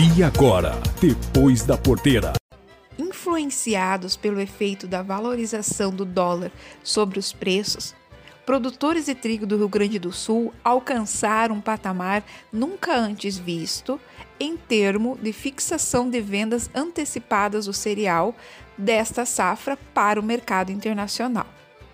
E agora, depois da porteira. Influenciados pelo efeito da valorização do dólar sobre os preços, produtores de trigo do Rio Grande do Sul alcançaram um patamar nunca antes visto em termos de fixação de vendas antecipadas do cereal desta safra para o mercado internacional.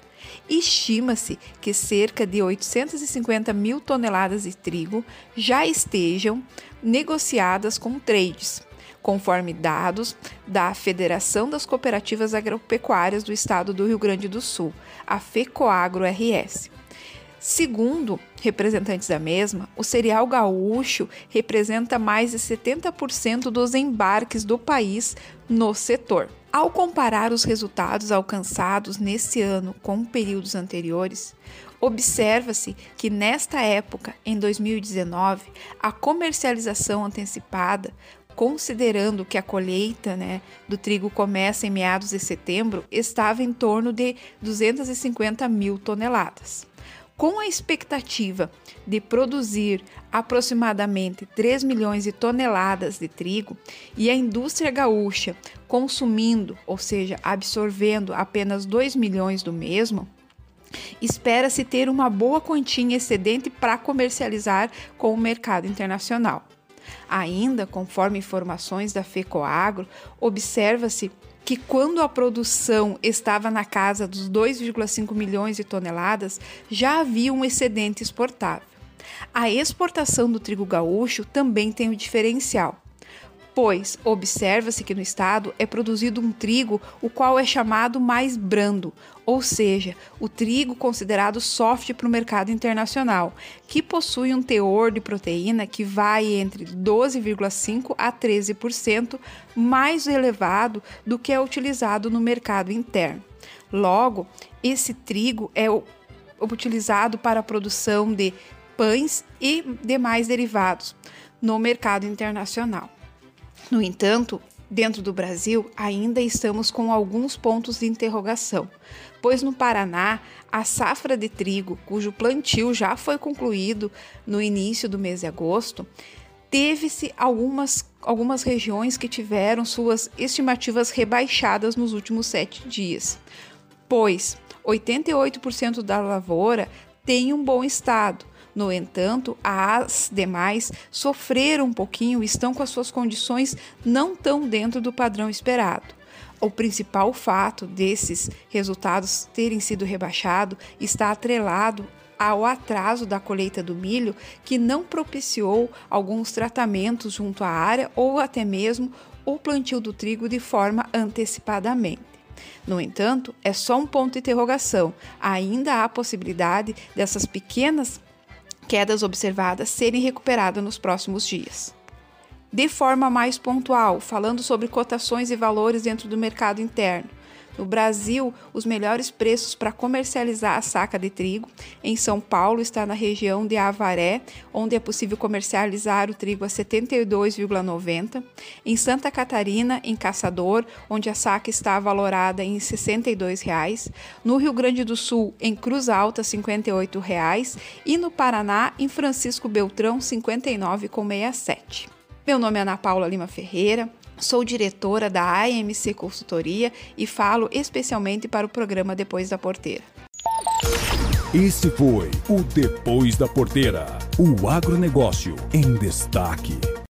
Estima-se que cerca de 850 mil toneladas de trigo já estejam negociadas com trades, conforme dados da Federação das Cooperativas Agropecuárias do Estado do Rio Grande do Sul, a FECOAGRO-RS. Segundo representantes da mesma, o cereal gaúcho representa mais de 70% dos embarques do país no setor. Ao comparar os resultados alcançados nesse ano com períodos anteriores, observa-se que nesta época, em 2019, a comercialização antecipada, considerando que a colheita do trigo começa em meados de setembro, estava em torno de 250 mil toneladas. Com a expectativa de produzir aproximadamente 3 milhões de toneladas de trigo e a indústria gaúcha consumindo, ou seja, absorvendo apenas 2 milhões do mesmo, espera-se ter uma boa quantia excedente para comercializar com o mercado internacional. Ainda, conforme informações da FECOAGRO, observa-se que quando a produção estava na casa dos 2,5 milhões de toneladas, já havia um excedente exportável. A exportação do trigo gaúcho também tem um diferencial, pois observa-se que no estado é produzido um trigo o qual é chamado mais brando, ou seja, o trigo considerado soft para o mercado internacional, que possui um teor de proteína que vai entre 12,5% a 13% mais elevado do que é utilizado no mercado interno. Logo, esse trigo é utilizado para a produção de pães e demais derivados no mercado internacional. No entanto, dentro do Brasil, ainda estamos com alguns pontos de interrogação, pois no Paraná, a safra de trigo, cujo plantio já foi concluído no início do mês de agosto, teve-se algumas regiões que tiveram suas estimativas rebaixadas nos últimos 7 dias, pois 88% da lavoura tem um bom estado. No entanto, as demais sofreram um pouquinho e estão com as suas condições não tão dentro do padrão esperado. O principal fato desses resultados terem sido rebaixados está atrelado ao atraso da colheita do milho, que não propiciou alguns tratamentos junto à área ou até mesmo o plantio do trigo de forma antecipadamente. No entanto, é só um ponto de interrogação. Ainda há possibilidade dessas pequenas quedas observadas serem recuperadas nos próximos dias. De forma mais pontual, falando sobre cotações e valores dentro do mercado interno. No Brasil, os melhores preços para comercializar a saca de trigo em São Paulo está na região de Avaré, onde é possível comercializar o trigo a R$ 72,90. Em Santa Catarina, em Caçador, onde a saca está valorada em R$ 62,00. No Rio Grande do Sul, em Cruz Alta, R$ 58,00. E no Paraná, em Francisco Beltrão, R$ 59,67. Meu nome é Ana Paula Lima Ferreira. Sou diretora da AMC Consultoria e falo especialmente para o programa Depois da Porteira. Esse foi o Depois da Porteira, o agronegócio em destaque.